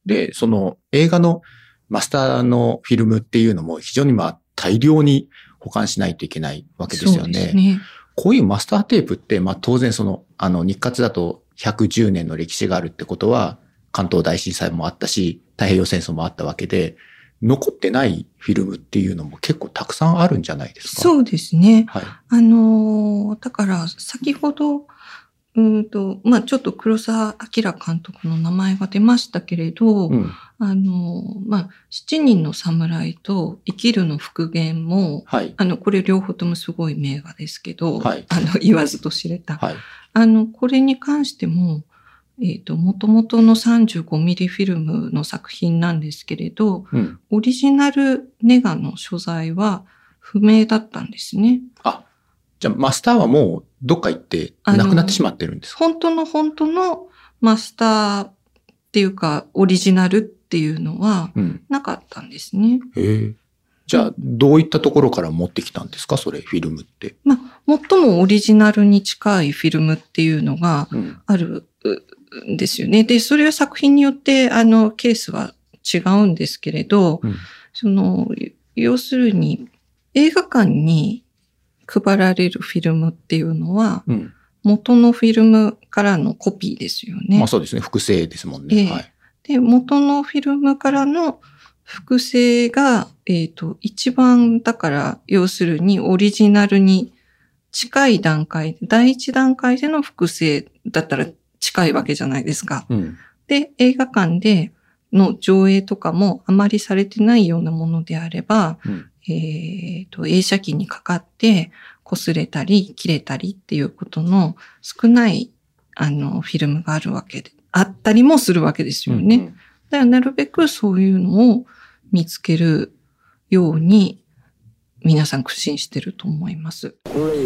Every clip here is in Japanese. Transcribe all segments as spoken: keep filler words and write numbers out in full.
で、その映画のマスターのフィルムっていうのも非常にまあ大量に保管しないといけないわけですよね。そうですね。こういうマスターテープって、まあ当然その、あの日活だとひゃくじゅうねんの歴史があるってことは、関東大震災もあったし、太平洋戦争もあったわけで、残ってないフィルムっていうのも結構たくさんあるんじゃないですか？ そうですね。 はい。 あの、だから先ほど、うんと、まあちょっと黒澤明監督の名前が出ましたけれど、うん、あの、まあ、七人の侍と生きるの復元も、はい、あの、これ両方ともすごい名画ですけど、はい、あの、言わずと知れた。はい、あの、これに関しても、えっと、元々の さんじゅうごミリ フィルムの作品なんですけれど、うん、オリジナルネガの所在は不明だったんですね。 あ、じゃあマスターはもうどっか行ってなくなってしまってるんですか？ 本当の本当のマスターっていうか、オリジナルっていうのはなかったんですね。 うん、へえ。じゃあ、どういったところから持ってきたんですか、それ、フィルムって。 まあ、最もオリジナルに近いフィルムっていうのがあるんですよね。うん、で、それは作品によって、あの、ケースは違うんですけれど、うん、その、要するに、映画館に配られるフィルムっていうのは、うん、元のフィルムからのコピーですよね。 まあそうですね。複製ですもんね。 えーはい。 で、元のフィルムからの複製が、えっと、一番、だから、要するにオリジナルに近い段階で、第一段階での複製だったら近いわけじゃないですか。うん、で、映画館での上映とかもあまりされてないようなものであれば、うん、えっと、映写機にかかって擦れたり切れたりっていうことの少ない、あの、フィルムがあるわけで、あったりもするわけですよね。うんうん、だからなるべくそういうのを見つけるように皆さん苦心してると思います。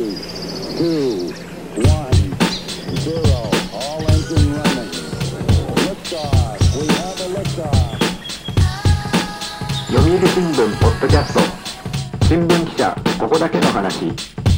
読売新聞ポッドキャスト、新聞記者ここだけの話。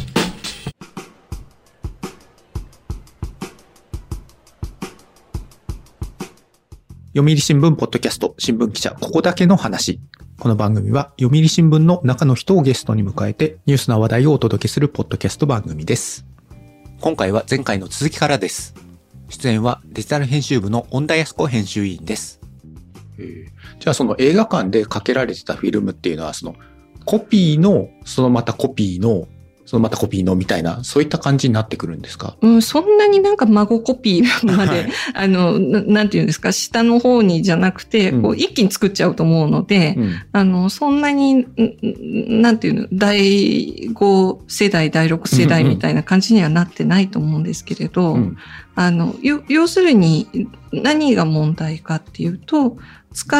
読売新聞ポッドキャスト、新聞記者ここだけの話。この番組は読売新聞の中の人をゲストに迎えてニュースな話題をお届けするポッドキャスト番組です。今回は前回の続きからです。出演はデジタル編集部の恩田康子編集委員です。えー、じゃあその映画館でかけられてたフィルムっていうのはそのコピーのそのまたコピーのそのまたコピーのみたいな、そういった感じになってくるんですか？ うん、そんなになんか孫コピーまで、はい、あのな、なんていうんですか、下の方にじゃなくて、こう一気に作っちゃうと思うので、うん、あの、そんなに、なんていうの、だいご世代、だいろく世代みたいな感じにはなってないと思うんですけれど、うん、あの、要するに何が問題かっていうと、使って、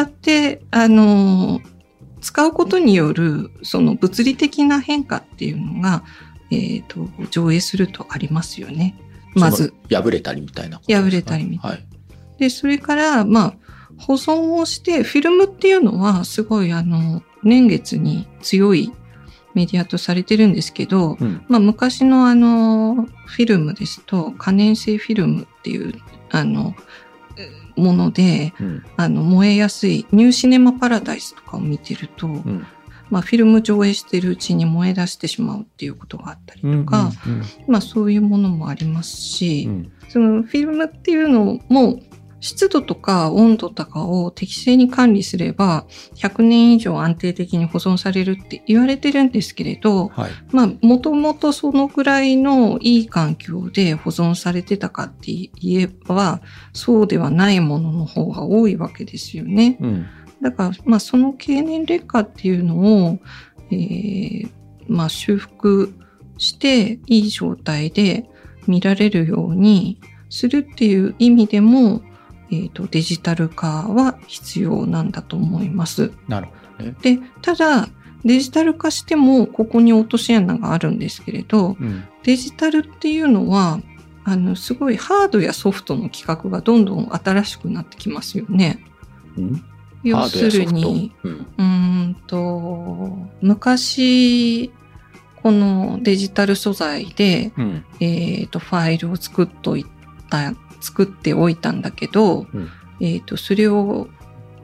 あの、使うことによるその物理的な変化っていうのが、えっと、上映するとありますよね。まず。 破れたりみたいなことですか？ 破れたりみたいな。はい。で、それから、まあ、保存をして、フィルムっていうのはすごいあの、年月に強いメディアとされてるんですけど、うん、まあ昔のあの、フィルムですと、可燃性フィルムっていう、あの、もので、うん、あの燃えやすいニューシネマパラダイスとかを見てると、うん、まあフィルム上映してるうちに燃え出してしまうっていうことがあったりとか、うんうんうん、まあそういうものもありますし、うん、そのフィルムっていうのも湿度とか温度とかを適正に管理すればひゃくねん以上安定的に保存されるって言われてるんですけれど、はい、まあもともとそのぐらいのいい環境で保存されてたかって言えばそうではないものの方が多いわけですよね。うん、だからまあその経年劣化っていうのを、えー、まあ修復していい状態で見られるようにするっていう意味でもえっと、デジタル化は必要なんだと思います。 なるほどね。 で、ただ、デジタル化しても、ここに落とし穴があるんですけれど、うん、デジタルっていうのは、あの、すごいハードやソフトの規格がどんどん新しくなってきますよね。 うん、 要するに、うん、うーんと、昔、このデジタル素材で、うん、えっと、ファイルを作っといた作っておいたんだけど、うん、えっと、それを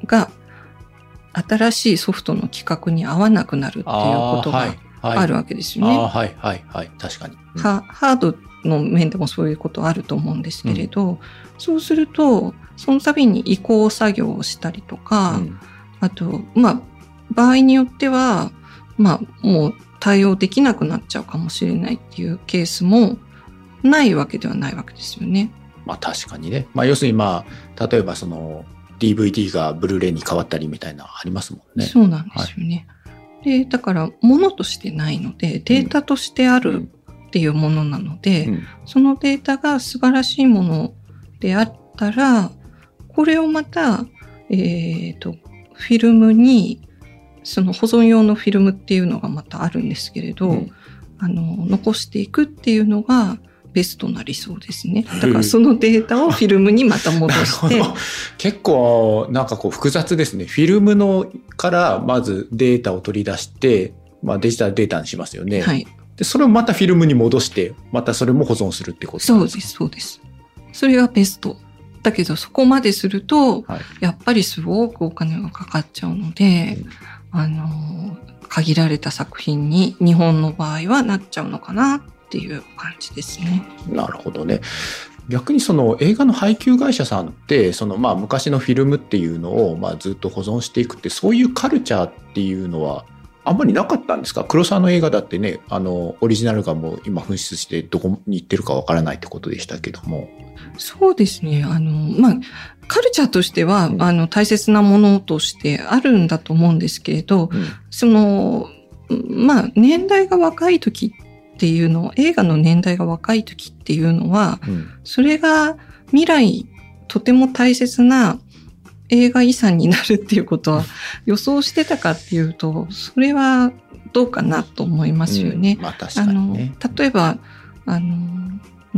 が新しいソフトの規格に合わなくなるっていうことがあるわけですよね。 あ、はい、はい、はい、確かに。 うん、はハードの面でもそういうことあると思うんですけれど、うん、そうすると、その度に移行作業をしたりとか、うん、あと、まあ、場合によっては、まあ、もう対応できなくなっちゃうかもしれないっていうケースもないわけではないわけですよね。 まあ確かにね。まあ要するにまあ、例えばその ディーブイディー がブルーレイに変わったりみたいなありますもんね。 そうなんですよね。はい、で、だから物としてないので、データとしてあるっていうものなので、うん、そのデータが素晴らしいものであったら、これをまた、えっと、フィルムに、その保存用のフィルムっていうのがまたあるんですけれど、うん、あの、残していくっていうのがベストな理想ですね。だからそのデータをフィルムにまた戻して。 結構なんかこう複雑ですね。フィルムのからまずデータを取り出して、まあデジタルデータにしますよね。はい。で、それをまたフィルムに戻して、またそれも保存するってことなんですか？ そうです、そうです。それがベスト。だけどそこまですると、はい、やっぱりすごくお金がかかっちゃうので、うん、あの、限られた作品に日本の場合はなっちゃうのかなっていう感じですね。 なるほどね。逆にその映画の配給会社さんって、そのまあ昔のフィルムっていうのをまあずっと保存していくって、そういうカルチャーっていうのはあんまりなかったんですか？黒沢の映画だってね、あの、オリジナルがもう今紛失してどこに行ってるかわからないってことでしたけども。 そうですね。あの、まあ、カルチャーとしては、うん、あの、大切なものとしてあるんだと思うんですけれど、うん、その、まあ、年代が若い時っていうの、映画の年代が若い時っていうのは、うん、それが未来とても大切な映画遺産になるっていうことは予想してたかっていうと、それはどうかなと思いますよね。 うん、まあ確かにね。 あの、例えば、あの、うん、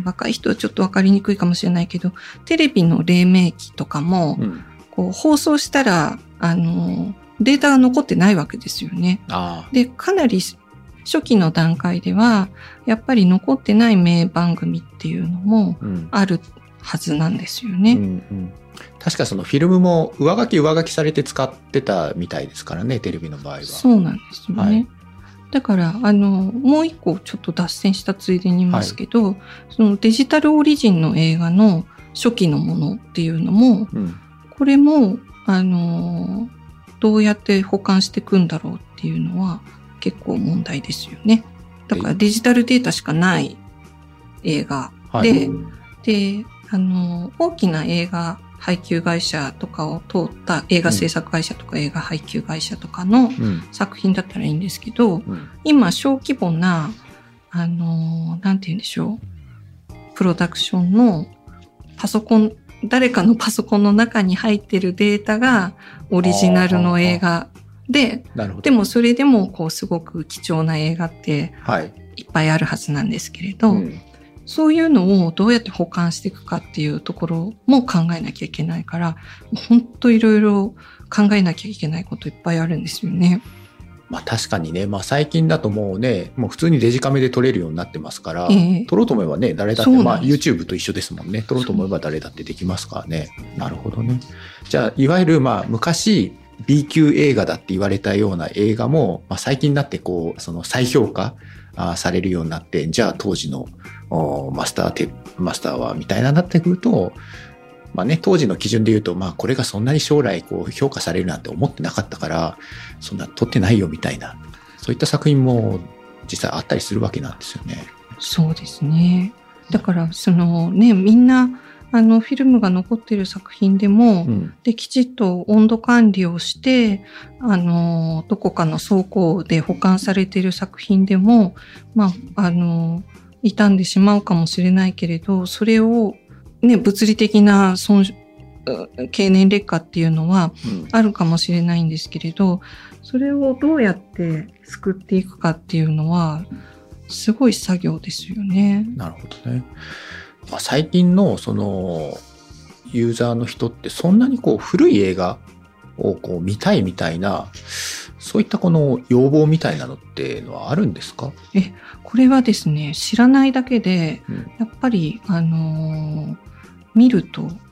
若い人はちょっとわかりにくいかもしれないけど、テレビの黎明期とかも、うん、こう放送したら、あの、データが残ってないわけですよね。あで、かなり初期の段階では、やっぱり残ってない名番組っていうのもあるはずなんですよね。うんうんうん、 確かそのフィルムも上書き上書きされて使ってたみたいですからね、テレビの場合は。 そうなんですよね。はい、だから、あの、もう一個ちょっと脱線したついでに言いますけど、はい、そのデジタルオリジンの映画の初期のものっていうのも、うん、これも、あの、どうやって保管していくんだろうっていうのは結構問題ですよね。だからデジタルデータしかない映画で、はい、で、あの、大きな映画配給会社とかを通った映画制作会社とか映画配給会社とかの作品だったらいいんですけど、うんうん、今小規模な、あの、なんて言うんでしょう、プロダクションのパソコン、誰かのパソコンの中に入ってるデータがオリジナルの映画で、でもそれでもこうすごく貴重な映画っていっぱいあるはずなんですけれど、はい、うん、そういうのをどうやって保管していくかっていうところも考えなきゃいけないから、本当いろいろ考えなきゃいけないこといっぱいあるんですよね。 まあ確かにね、まあ最近だともうね、もう普通にデジカメで撮れるようになってますから、えー、撮ろうと思えばね、誰だって、まあ YouTube と一緒ですもんね。撮ろうと思えば誰だってできますからね。なるほどね。じゃあ、いわゆるまあ昔 B 級映画だって言われたような映画も、まあ最近になってこう、その再評価されるようになって、じゃあ当時のマスターテマスターはみたいななってくると、まあね、当時の基準で言うと、まあこれがそんなに将来こう評価されるなんて思ってなかったから、そんな撮ってないよみたいな、そういった作品も実際あったりするわけなんですよね。 そうですね。だからそのね、みんなあのフィルムが残っている作品でも、うん、できちっと温度管理をして、あのどこかの倉庫で保管されている作品でも、まああの傷んでしまうかもしれないけれど、それをね、物理的な損経年劣化っていうのはあるかもしれないんですけれど、うん、それをどうやって救っていくかっていうのはすごい作業ですよね。 なるほどね。まあ、最近のそのユーザーの人ってそんなにこう古い映画をこう見たいみたいな、そういったこの要望みたいなのっていうのはあるんですか？ え、これはですね、知らないだけで、うん、やっぱりあのー、見ると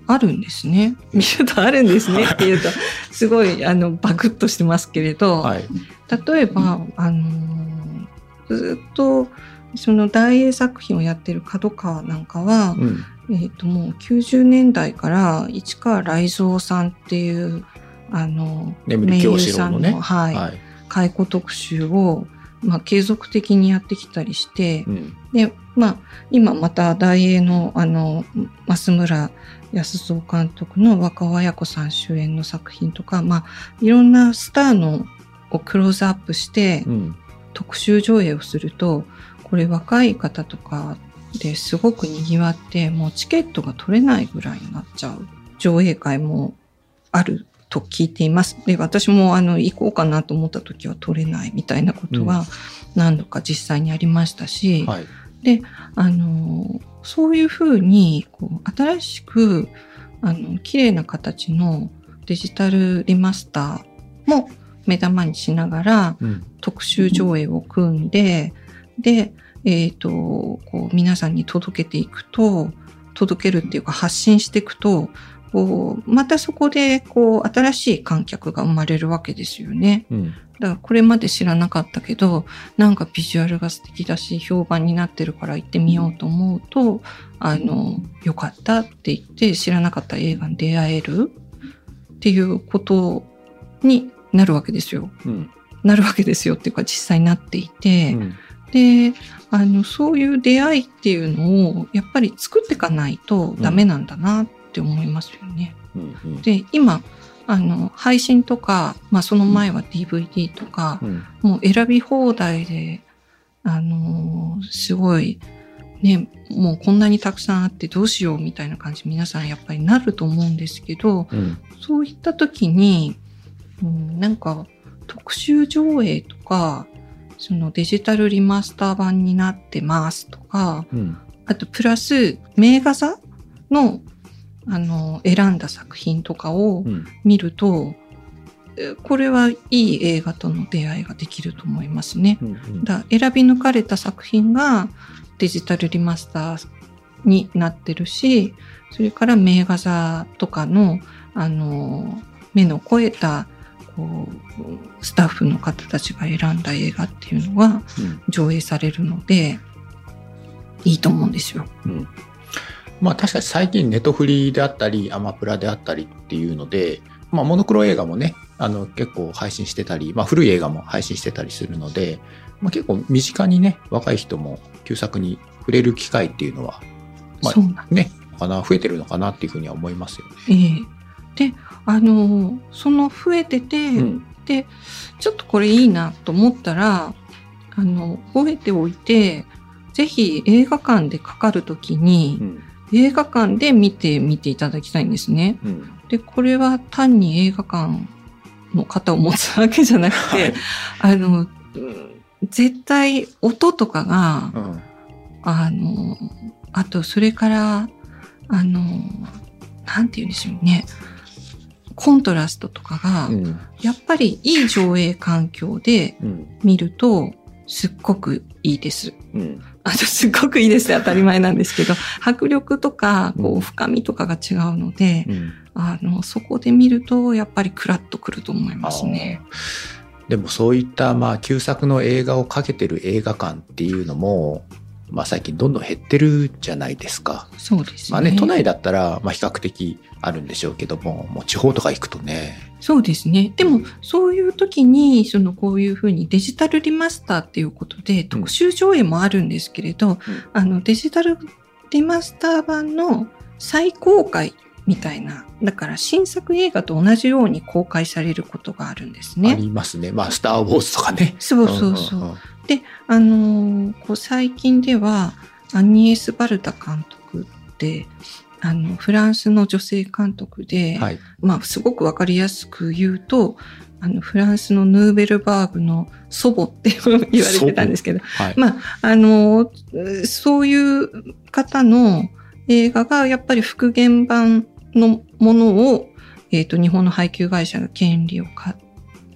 あるんですね。見るとあるんですねっていうと、すごい、あの、バクッとしてますけれど、はい、例えば、あのー、ずっと、その大英作品をやってる角川なんかは、うんえっと、もうきゅうじゅうねんだいから市川雷蔵さんっていう、あの、名優さんの、ねはいはい、解雇特集を、まあ、継続的にやってきたりして、うん、で、まあ、今また大英の、あの、増村康造監督の若尾文子さん主演の作品とか、まあ、いろんなスターのをクローズアップして、うん、特集上映をすると、これ若い方とかですごく賑わって、もうチケットが取れないぐらいになっちゃう上映会もあると聞いています。で、私もあの行こうかなと思った時は取れないみたいなことは何度か実際にありましたし、うんはい、で、あの、そういうふうにこう新しくあの綺麗な形のデジタルリマスターも目玉にしながら、うん、特集上映を組んで、で、えっと、こう皆さんに届けていくと、届けるっていうか発信していくと、こうまたそこでこう新しい観客が生まれるわけですよね。うん、だからこれまで知らなかったけど、なんかビジュアルが素敵だし評判になってるから行ってみようと思うと、あのよかったって言って知らなかった映画に出会えるっていうことになるわけですよ。うん、なるわけですよっていうか実際になっていて。うんで、あの、そういう出会いっていうのを、やっぱり作っていかないとダメなんだなって思いますよね。うんうん、で、今、あの、配信とか、まあその前は ディーブイディー とか、うん、もう選び放題で、あの、すごい、ね、もうこんなにたくさんあってどうしようみたいな感じ、皆さんやっぱりなると思うんですけど、うん、そういった時に、うん、なんか、特集上映とか、そのデジタルリマスター版になってますとか、うん、あとプラス名画座のあの選んだ作品とかを見ると、うん、これはいい映画との出会いができると思いますね。うんうん、だ選び抜かれた作品がデジタルリマスターになってるし、それから名画座とかのあの目の肥えたこうスタッフの方たちが選んだ映画っていうのが上映されるので、うん、いいと思うんですよ。 うん、まあ確かに最近ネトフリであったりアマプラであったりっていうので、まあモノクロ映画もね、あの結構配信してたり、まあ古い映画も配信してたりするので、まあ結構身近にね、若い人も旧作に触れる機会っていうのは、まあね、かな増えてるのかなっていうふうには思いますよね。 ええで、あの、その増えてて、うん、で、ちょっとこれいいなと思ったら、あの、覚えておいて、ぜひ映画館でかかるときに、うん、映画館で見てみていただきたいんですね。うん、で、これは単に映画館の方を持つわけじゃなくて、はい、あの、絶対音とかが、うん、あの、あとそれから、あの、なんて言うんでしょうね。コントラストとかが、うん、やっぱりいい上映環境で見ると、すっごくいいです。うん、あとすっごくいいですって当たり前なんですけど、迫力とか、こう、深みとかが違うので、うん、あの、そこで見ると、やっぱりクラッとくると思いますね。 でもそういった、まあ、旧作の映画をかけてる映画館っていうのも、まあ最近どんどん減ってるじゃないですか。 そうですね。 まあね、都内だったら、まあ比較的あるんでしょうけども、もう地方とか行くとね。 そうですね。でも、そういう時に、そのこういうふうにデジタルリマスターっていうことで、特集上映もあるんですけれど、うん、あの、デジタルリマスター版の再公開みたいな、だから新作映画と同じように公開されることがあるんですね。 ありますね。まあ、スター・ウォーズとかね。 そうそうそう。うんうんうん、で、あのー、こう最近では、アニエス・バルタ監督って、あの、フランスの女性監督で、はい、まあ、すごくわかりやすく言うと、あの、フランスのヌーベルバーグの祖母って言われてたんですけど、はい、まあ、あの、そういう方の映画がやっぱり復元版のものを、えっと、日本の配給会社が権利を買っ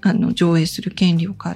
あの上映する権利を買って、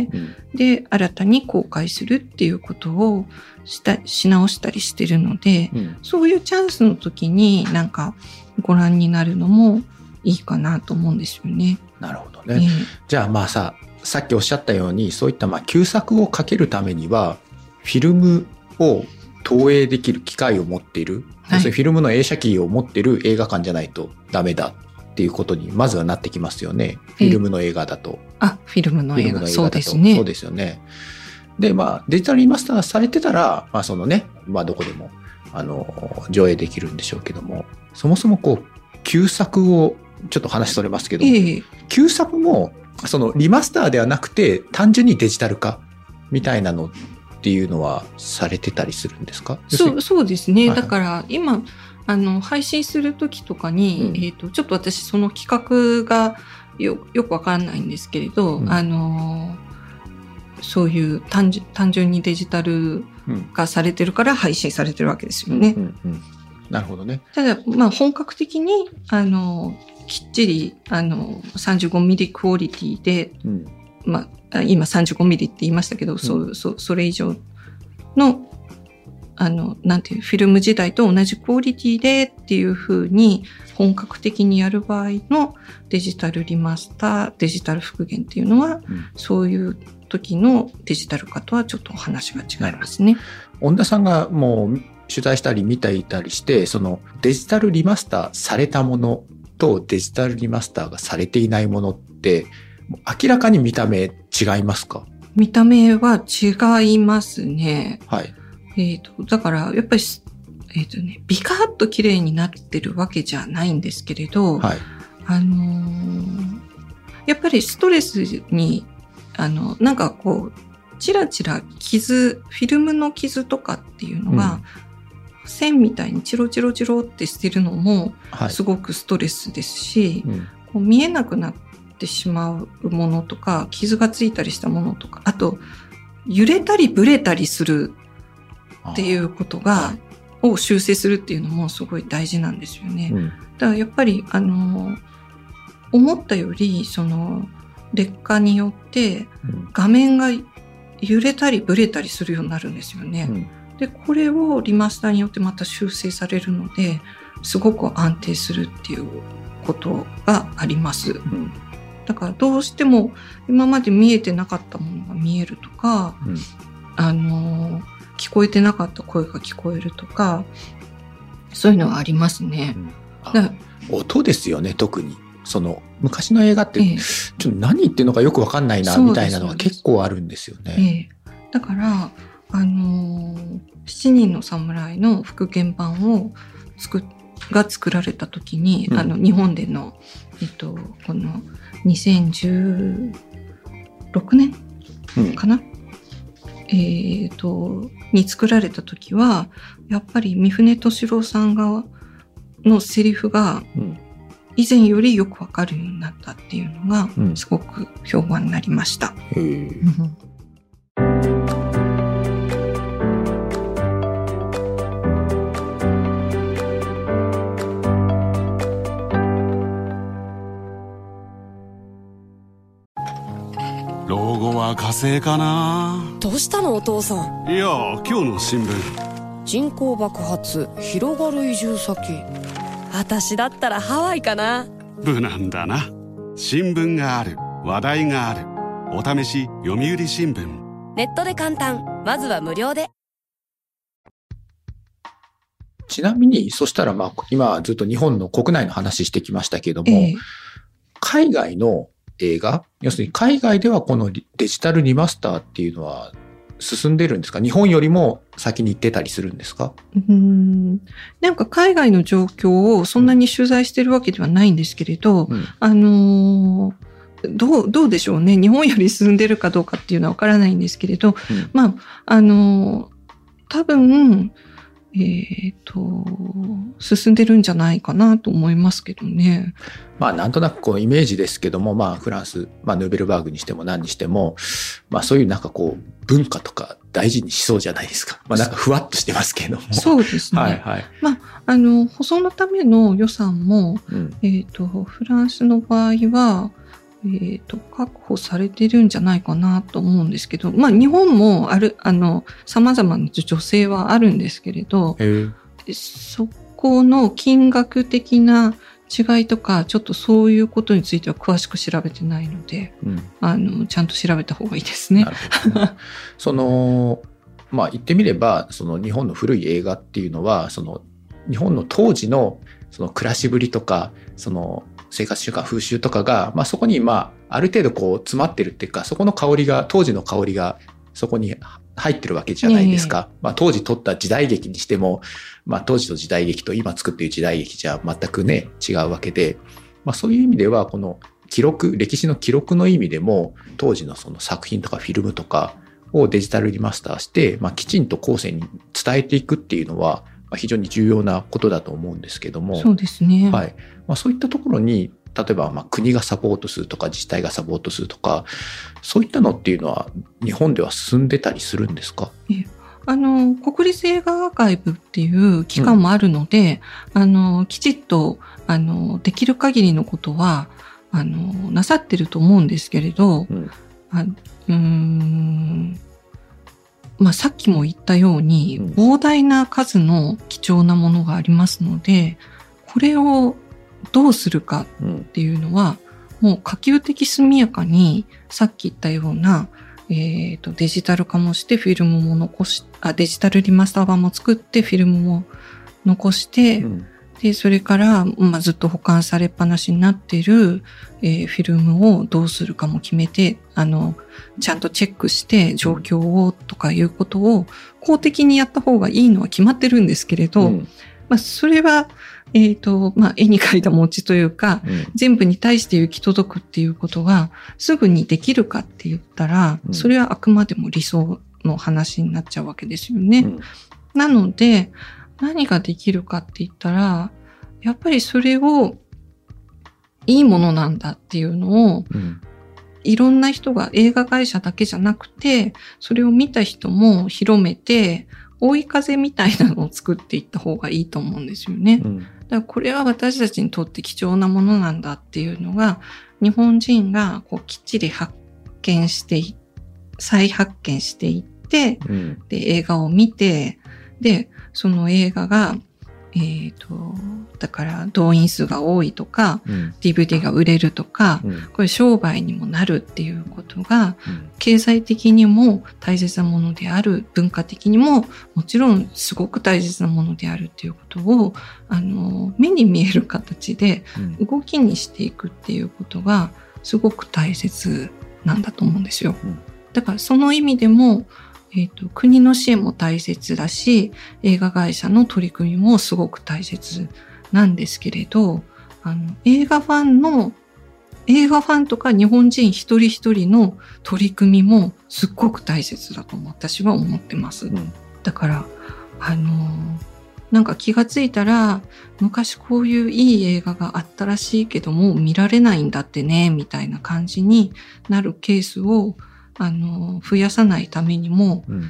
うん、で新たに公開するっていうことをしたし直したりしてるので、うん、そういうチャンスの時になんかご覧になるのもいいかなと思うんですよね。 なるほどね。えー、じゃあまあささっきおっしゃったようにそういったまあ旧作をかけるためにはフィルムを投影できる機械を持っている、はい、フィルムの映写機を持っている映画館じゃないとダメだっていうことにまずはなってきますよね。フィルムの映画だと。 あ、フィルムの映画、そうですね。 そうですよね。で、まあデジタルリマスターされてたら、まあそのね、まあどこでもあの上映できるんでしょうけども、そもそもこう旧作をちょっと話それますけど、えー、旧作もそのリマスターではなくて単純にデジタル化みたいなのっていうのはされてたりするんですか？ そう、そうですね。はいはい、だから今あの配信する時とかに、うん、えーと、ちょっと私その企画が よ, よくわかんないんですけれど、うん、あのそういう単 純, 単純にデジタル化されてるから配信されてるわけですよね。 うんうんうん、なるほどね。 ただ、まあ、本格的にあのきっちりあの さんじゅうごミリ クオリティで、うん、まあ、今 さんじゅうごミリ って言いましたけど、うん、そ, そ, それ以上のあの、なんていう、フィルム時代と同じクオリティでっていう風に本格的にやる場合のデジタルリマスター、デジタル復元っていうのは、うん、そういう時のデジタル化とはちょっと話が違いますね。 恩田さんがもう取材したり見ていたりして、そのデジタルリマスターされたものとデジタルリマスターがされていないものって明らかに見た目違いますか？ 見た目は違いますね。 はい。 えっと、だから、やっぱり、えっとね、ビカッと綺麗になってるわけじゃないんですけれど、はい、あのー、やっぱりストレスに、あの、なんかこう、チラチラ傷、フィルムの傷とかっていうのが、うん、線みたいにチロチロチロってしてるのも、すごくストレスですし、はい、うん、こう見えなくなってしまうものとか、傷がついたりしたものとか、あと、揺れたりブレたりするっていうことが、を修正するっていうのもすごい大事なんですよね。うん、だからやっぱり、あの、思ったより、その、劣化によって画面が揺れたりブレたりするようになるんですよね。うん、で、これをリマスターによってまた修正されるので、すごく安定するっていうことがあります。うん、だからどうしても今まで見えてなかったものが見えるとか、うん、あの、聞こえてなかった声が聞こえるとか、そういうのはありますね。 うん、音ですよね、特に。その昔の映画って、ええ、ちょっと何言ってるのかよくわかんないなみたいなのが結構あるんですよね。 ええ、だからあのー、七人の侍の復元版を作が作られた時に、うん、あの日本でのえっとこのにせんじゅうろくねんかな。うん、えっと、に作られた時は、やっぱり三船敏郎さんが、のセリフが、以前よりよくわかるようになったっていうのが、すごく評判になりました。うん、 老後は火星かな。 どうしたのお父さん。 いや今日の新聞、 人口爆発広がる移住先。私だったらハワイかな。 無難だな。新聞がある、話題がある。お試し読売新聞。 ネットで簡単、まずは無料で。 ちなみにそしたらまあ今ずっと日本の国内の話してきましたけども、えー、海外の映画、要するに海外ではこのデジタルリマスターっていうのは進んでるんですか？日本よりも先に行ってたりするんですか？ うーん、なんか海外の状況をそんなに取材してるわけではないんですけれど、うん、あのー、どう、どうでしょうね。日本より進んでるかどうかっていうのはわからないんですけれど、うん、まあ、あのー、多分、えっと、進んでるんじゃないかなと思いますけどね。 まあなんとなくこうイメージですけども、まあフランス、まあヌーベルバーグにしても何にしても、まあそういうなんかこう文化とか大事にしそうじゃないですか。まあなんかふわっとしてますけども。 そうですね。はいはい。まあ、あの、保存のための予算も、うん、えっと、フランスの場合は、 えーと、確保されてるんじゃないかなと思うんですけど、まあ日本もある、あの、様々な女性はあるんですけれど、そこの金額的な違いとか、ちょっとそういうことについては詳しく調べてないので、うん、あの、ちゃんと調べた方がいいですね。 なるほどね。その、まあ言ってみれば、その日本の古い映画っていうのは、その日本の当時のその暮らしぶりとか、その生活習慣風習とかが、まあそこにまあある程度こう詰まってるっていうか、そこの香りが、当時の香りがそこに入ってるわけじゃないですか。えー、まあ当時撮った時代劇にしても、まあ当時の時代劇と今作っている時代劇じゃ全くね、違うわけで、まあそういう意味ではこの記録、歴史の記録の意味でも、当時のその作品とかフィルムとかをデジタルリマスターして、まあきちんと後世に伝えていくっていうのは、非常に重要なことだと思うんですけども。 そうですね。 はい。まあ、そういったところに、例えばまあ国がサポートするとか自治体がサポートするとか、そういったのっていうのは日本では進んでたりするんですか？ えあの、国立映画アーカイブっていう機関もあるので、うん、あの、きちっと、あの、できる限りのことは、あの、なさってると思うんですけれど、うん、あうーんまあ、さっきも言ったように、膨大な数の貴重なものがありますので、これをどうするかっていうのは、もう可及的速やかに、さっき言ったような、えっと、デジタル化もしてフィルムも残し、あ、デジタルリマスター版も作ってフィルムも残して、うん、で、それから、まあ、ずっと保管されっぱなしになっている、えー、フィルムをどうするかも決めて、あの、ちゃんとチェックして状況をとかいうことを公的にやった方がいいのは決まってるんですけれど、うん、まあ、それは、えっと、まあ、絵に描いた餅というか、うん、全部に対して行き届くっていうことがすぐにできるかって言ったら、うん、それはあくまでも理想の話になっちゃうわけですよね。うん、なので、何ができるかって言ったら、やっぱりそれをいいものなんだっていうのを、うん、いろんな人が映画会社だけじゃなくて、それを見た人も広めて、追い風みたいなのを作っていった方がいいと思うんですよね。うん、だからこれは私たちにとって貴重なものなんだっていうのが、日本人がこうきっちり発見してい、再発見していって、うん、で、映画を見て、で、その映画が、えっと、だから動員数が多いとか、うん、ディーブイディー が売れるとか、うん、これ商売にもなるっていうことが、うん、経済的にも大切なものである、文化的にももちろんすごく大切なものであるっていうことを、あの、目に見える形で動きにしていくっていうことがすごく大切なんだと思うんですよ。うん、だからその意味でも、えっと、国の支援も大切だし、映画会社の取り組みもすごく大切なんですけれど、あの、映画ファンの、映画ファンとか日本人一人一人の取り組みもすっごく大切だと私は思ってます。うん、だから、あの、なんか気がついたら、昔こういういい映画があったらしいけどもう見られないんだってね、みたいな感じになるケースを、あの、増やさないためにも、うん、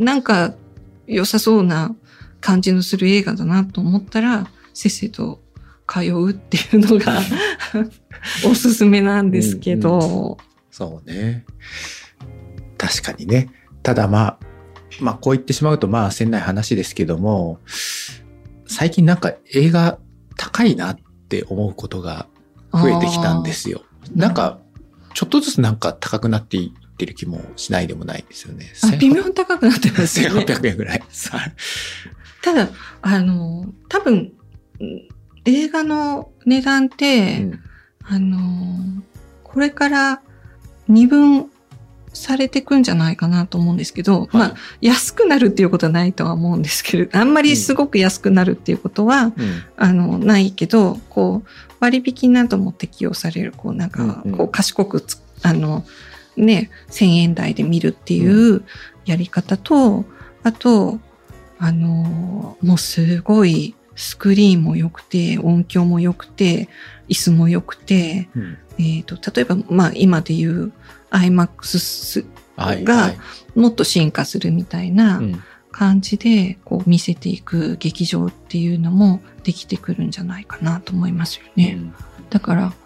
なんか良さそうな感じのする映画だなと思ったら、せっせと通うっていうのがおすすめなんですけど、うんうん。 そうね。確かにね。ただまあ、まあこう言ってしまうとまあせんない話ですけども、最近なんか映画高いなって思うことが増えてきたんですよ。なんか、ちょっとずつなんか高くなっていってる気もしないでもないですよね。 あ、微妙に高くなってますよね。 せんはっぴゃくえんぐらい。 ただ、あの、多分、映画の値段って、うん、あの、これから二分されていくんじゃないかなと思うんですけど、はい、まあ、安くなるっていうことはないとは思うんですけど、あんまりすごく安くなるっていうことは、うん、あの、ないけど、こう、割引なども適用される、こう、なんか、こう、賢くつ、あの、ね、せんえん台で見るっていうやり方と、あと、あの、もうすごいスクリーンも良くて、音響も良くて、椅子も良くて、うん、えっと、例えば、まあ今で言う アイマックス がもっと進化するみたいな感じで、こう見せていく劇場っていうのもできてくるんじゃないかなと思いますよね。うん、だから、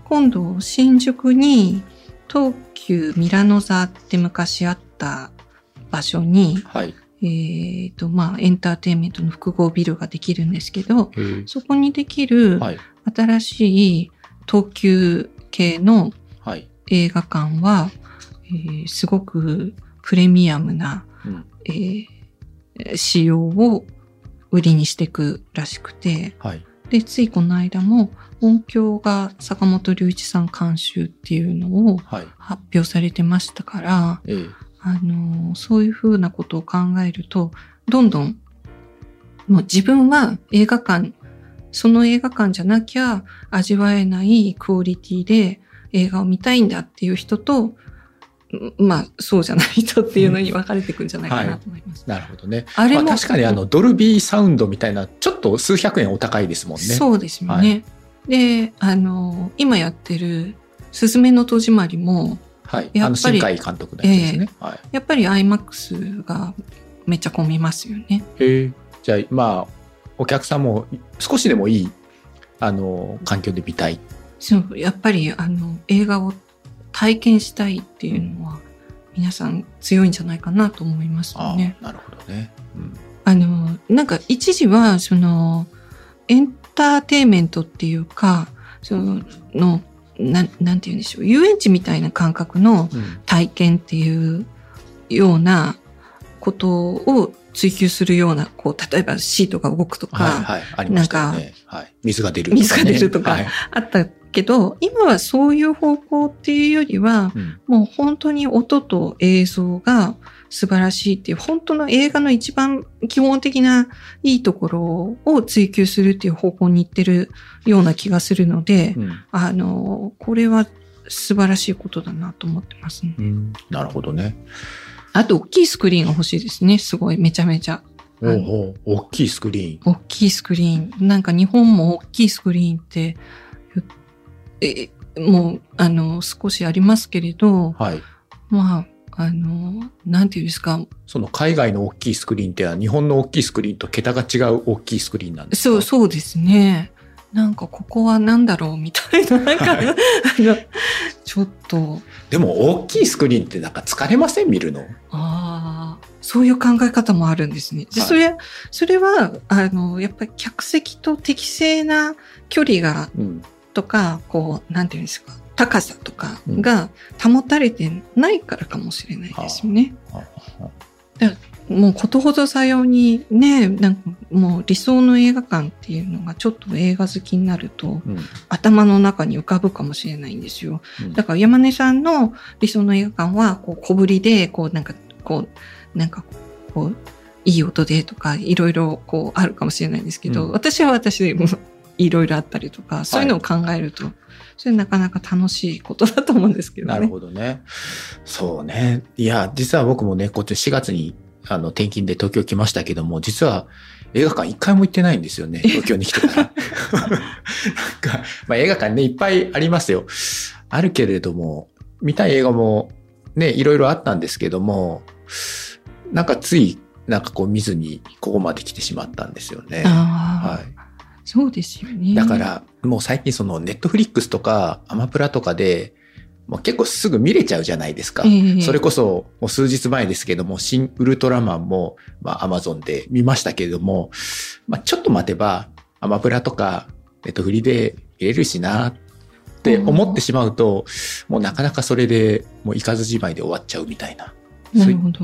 今度新宿に東急ミラノ座って昔あった場所に、 はい。 えっと、まあ、エンターテインメントの複合ビルができるんですけど、そこにできる新しい東急系の映画館は、はいえー、すごくプレミアムな、うんえー、仕様を売りにしていくらしくて、はい、で、ついこの間も音響が坂本龍一さん監修っていうのを発表されてましたから、はいええあの、そういうふうなことを考えると、どんどん、もう自分は映画館、その映画館じゃなきゃ味わえないクオリティで映画を見たいんだっていう人と、まあ、そうじゃない人っていうのに分かれていくんじゃないかなと思います。 はい、なるほどね。あれも、まあ、確かにあの、ドルビーサウンドみたいな、ちょっと数百円お高いですもんね。 そうですよね。はい、で、あの、今やってる、すずめの戸締まりも、 はい。あの、新海監督のやつですね。 えーはい、やっぱり アイマックス がめっちゃ混みますよね。 へえ。じゃあ、まあ、お客さんも少しでもいい、あの、環境で見たい。 そう、やっぱり、あの、映画を体験したいっていうのは、皆さん強いんじゃないかなと思いますよね。 あ、なるほどね。うん、 あの、なんか一時は、その、エンターテインメントっていうか、その、のな, なんて言うんでしょう。遊園地みたいな感覚の体験っていうようなことを追求するような、こう、例えばシートが動くとか、 はいはい、ありましたね。はい、水が出るとか、ね。 水が出るとか、あったけど、はい、今はそういう方向っていうよりは、うん、もう本当に音と映像が素晴らしいっていう、本当の映画の一番基本的ないいところを追求するっていう方向に行ってるような気がするので、うん、あの、これは素晴らしいことだなと思ってますね。 うん、なるほどね。 あと、大きいスクリーンが欲しいですね。すごい、めちゃめちゃ。 おうおう、大きいスクリーン。大きいスクリーン。なんか日本も大きいスクリーンって、え、もう、あの、少しありますけれど、はい。まあ、あの、なんていうんですか。 その海外の大きいスクリーンって日本の大きいスクリーンと桁が違う大きいスクリーンなんですか？ そう、そうですね。なんかここは何だろうみたいな、なんか、はい、あの、ちょっと。 でも大きいスクリーンってなんか疲れません？見るの。 ああ、そういう考え方もあるんですね。で、はい、それ、それは、あの、やっぱり客席と適正な距離が、うん、とか、こう、なんていうんですか。高さとかが保たれてないからかもしれないですよね。だもうことほどさようにね、なんかもう理想の映画館っていうのがちょっと映画好きになると、うん、頭の中に浮かぶかもしれないんですよ。うん、だから山根さんの理想の映画館はこう小ぶりで、こうなんかこう、なんかこう、いい音でとかいろいろこうあるかもしれないんですけど、うん、私は私でいろいろあったりとか、そういうのを考えると、はい、それなかなか楽しいことだと思うんですけどね。 なるほどね。そうね。いや、実は僕もね、こっちしがつにあの転勤で東京来ましたけども、実は映画館一回も行ってないんですよね。東京に来てから。なんか、まあ映画館ね、いっぱいありますよ。あるけれども、見たい映画もね、いろいろあったんですけども、なんかつい、なんかこう見ずにここまで来てしまったんですよね。 はい。そうですよね。 だから、もう最近そのネットフリックスとかアマプラとかで、もう結構すぐ見れちゃうじゃないですか。えー、それこそ、もう数日前ですけども、新ウルトラマンも、まあアマゾンで見ましたけれども、まあちょっと待てば、アマプラとかネットフリで見れるしなって思ってしまうと、もうなかなかそれでもう行かずじまいで終わっちゃうみたいな。 なるほど。うん、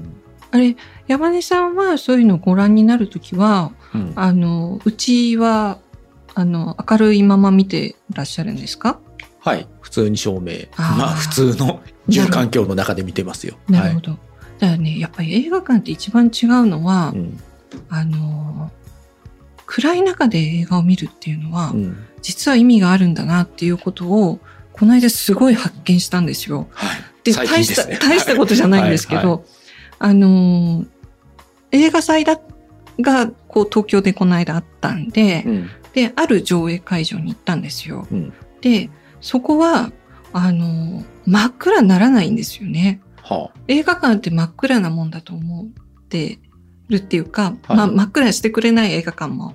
あれ、山根さんはそういうのをご覧になるときは、うん、あの、うちは、あの、明るいまま見てらっしゃるんですか？ はい。普通に照明。あまあ、普通の住環境の中で見てますよ。 なるほど。はい、だからね、やっぱり映画館って一番違うのは、うん、あの、暗い中で映画を見るっていうのは、うん、実は意味があるんだなっていうことを、この間すごい発見したんですよ。 はい。 で、 最近ですね、大した、大したことじゃないんですけど、はいはい、あの、映画祭だが、こう、東京でこの間あったんで、うん、で、ある上映会場に行ったんですよ。うん、で、そこは、あの、真っ暗にならないんですよね。はあ、映画館って真っ暗なもんだと思ってるっていうか、はい、まあ、真っ暗にしてくれない映画館も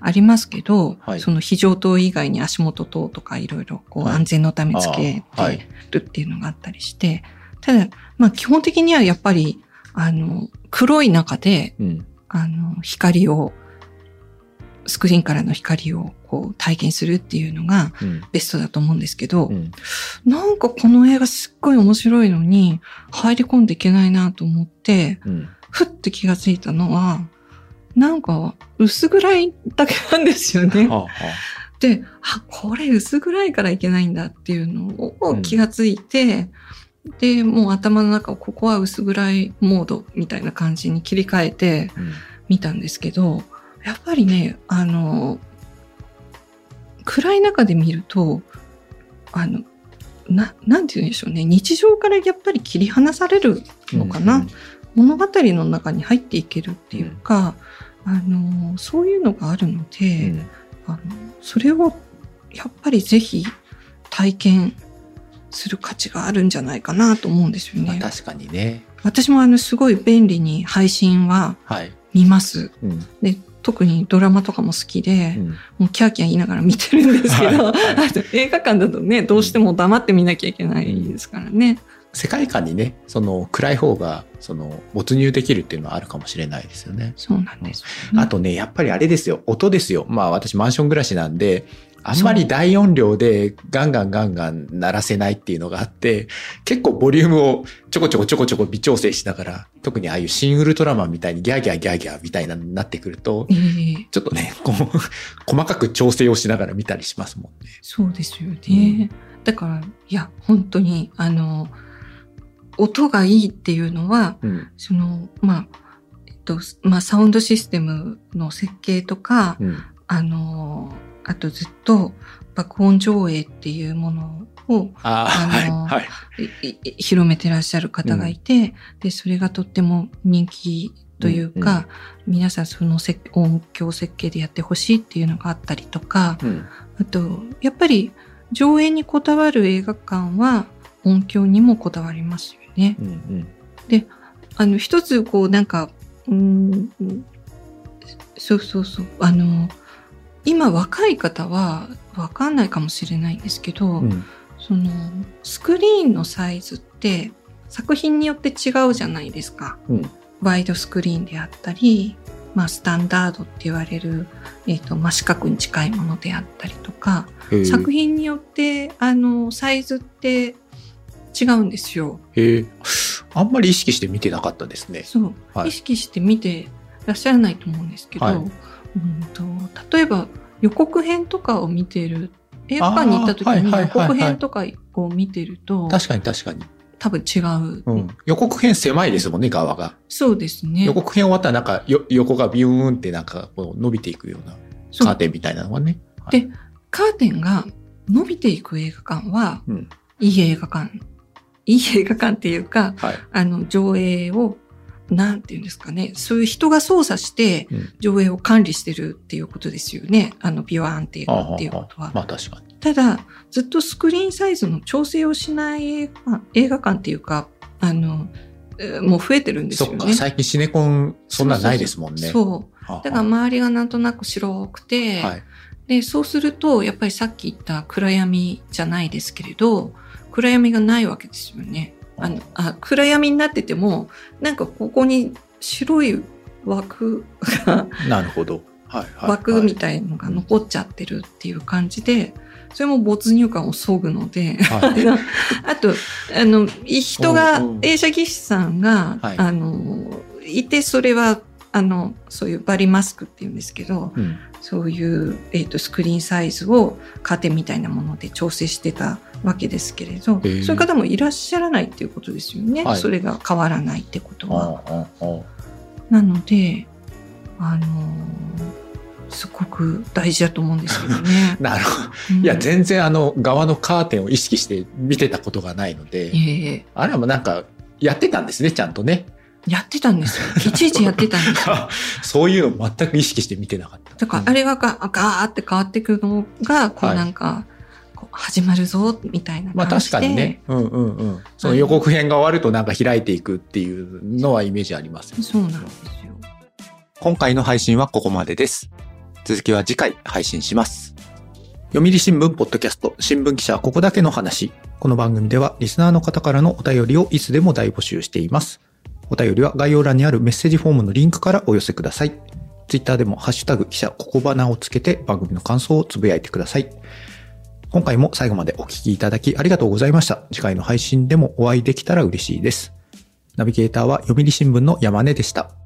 ありますけど、 はい、 その非常灯以外に足元灯とかいろいろこう安全のためつけてるっていうのがあったりして、はい、ただ、まあ基本的にはやっぱり、あの、黒い中で、うん、あの、光を、スクリーンからの光をこう体験するっていうのがベストだと思うんですけど、うん、なんかこの映画すっごい面白いのに入り込んでいけないなと思って、うん、ふって気がついたのは、なんか薄暗いだけなんですよね。はあはあ、で、あ、これ薄暗いからいけないんだっていうのを気がついて、うん、で、もう頭の中をここは薄暗いモードみたいな感じに切り替えて見たんですけど、うんやっぱりね、あの、暗い中で見ると、あの、な、なんて言うんでしょうね。日常からやっぱり切り離されるのかな。うんうん、物語の中に入っていけるっていうか、うん、あの、そういうのがあるので、うん、あの、それをやっぱりぜひ体験する価値があるんじゃないかなと思うんですよね。 まあ、確かにね。 私もあの、すごい便利に配信は見ます。はいうん、で特にドラマとかも好きで、うん、もうキャーキャー言いながら見てるんですけど、はいはい、映画館だとね、どうしても黙って見なきゃいけないですからね。うん、 世界観にね、その暗い方が、その没入できるっていうのはあるかもしれないですよね。 そうなんです、 ね。あとね、やっぱりあれですよ、音ですよ。まあ私マンション暮らしなんで、あんまり大音量でガンガンガンガン鳴らせないっていうのがあって、結構ボリュームをちょこちょこちょこちょこ微調整しながら、特にああいうシン・ウルトラマンみたいにギャーギャーギャーギャーみたいなのになってくると、えー、ちょっとね、こう、細かく調整をしながら見たりしますもんね。 そうですよね。うん、だから、いや、本当に、あの、音がいいっていうのは、うん、その、まあ、えっと、まあ、サウンドシステムの設計とか、うん、あの、あとずっと爆音上映っていうものを、ああの、はいはい、広めてらっしゃる方がいて、うん、で、それがとっても人気というか、うんうん、皆さんその音響設計でやってほしいっていうのがあったりとか、うん、あと、やっぱり上映にこだわる映画館は音響にもこだわりますよね。うんうん、で、あの、一つこうなんか、うーん、そうそうそう、あの、今若い方は分かんないかもしれないんですけど、うん、そのスクリーンのサイズって作品によって違うじゃないですか。うん、ワイドスクリーンであったり、まあスタンダードって言われる、えっと、真四角に近いものであったりとか、作品によってあのサイズって違うんですよ。 へえ、あんまり意識して見てなかったですね。 そう、はい、意識して見てらっしゃらないと思うんですけど、はいうんと、例えば予告編とかを見てる、映画館に行った時に予告編とかを見てると、 確かに確かに。 多分違う、 うん。予告編狭いですもんね、側が。 そうですね。 予告編終わったらなんかよ横がビューンってなんかこう伸びていくようなカーテンみたいなのがね。 はい、で、カーテンが伸びていく映画館は、うん、いい映画館。いい映画館っていうか、はい、あの、上映をなんていうんですかね。そういう人が操作して上映を管理してるっていうことですよね。あの、ビワーンっていうのっていうことは。 まあ確かに。 ただ、ずっとスクリーンサイズの調整をしない映画、映画館っていうか、あの、もう増えてるんですよね。 そっか、最近シネコンそんなないですもんね。 そうそうそう。だから周りがなんとなく白くて、はい、で、そうすると、やっぱりさっき言った暗闇じゃないですけれど、暗闇がないわけですよね。あのあ暗闇になっててもなんかここに白い枠がなるほど、はいはいはい、 枠みたいのが残っちゃってるっていう感じで、それも没入感を削ぐので、はい、あとあの人が映写技師さんが、はい、あのいて、それはあのそういうバリマスクっていうんですけど、うん、そういう、えーと、スクリーンサイズをカーテンみたいなもので調整してたわけですけれど、そういう方もいらっしゃらないっていうことですよね、はい、それが変わらないってことは。あああなので、あのー、すごく大事だと思うんですけどね。 なるほど、うん、いや全然あの側のカーテンを意識して見てたことがないので、えー、あれはもうなんかやってたんですね、ちゃんとね。 やってたんですよ。いちいちやってたんですよ。 そういうの全く意識して見てなかった。 だからあれがガーって変わってくるのが、こうなんか、はい、こう始まるぞみたいな感じで。 まあ確かにね。うんうんうん。その予告編が終わるとなんか開いていくっていうのはイメージありますよね。 そうなんですよ。 今回の配信はここまでです。 続きは次回配信します。読売新聞ポッドキャスト、新聞記者ここだけの話。この番組ではリスナーの方からのお便りをいつでも大募集しています。お便りは概要欄にあるメッセージフォームのリンクからお寄せください。ツイッターでもハッシュタグ記者ここばなをつけて番組の感想をつぶやいてください。今回も最後までお聞きいただきありがとうございました。次回の配信でもお会いできたら嬉しいです。ナビゲーターは読売新聞の山根でした。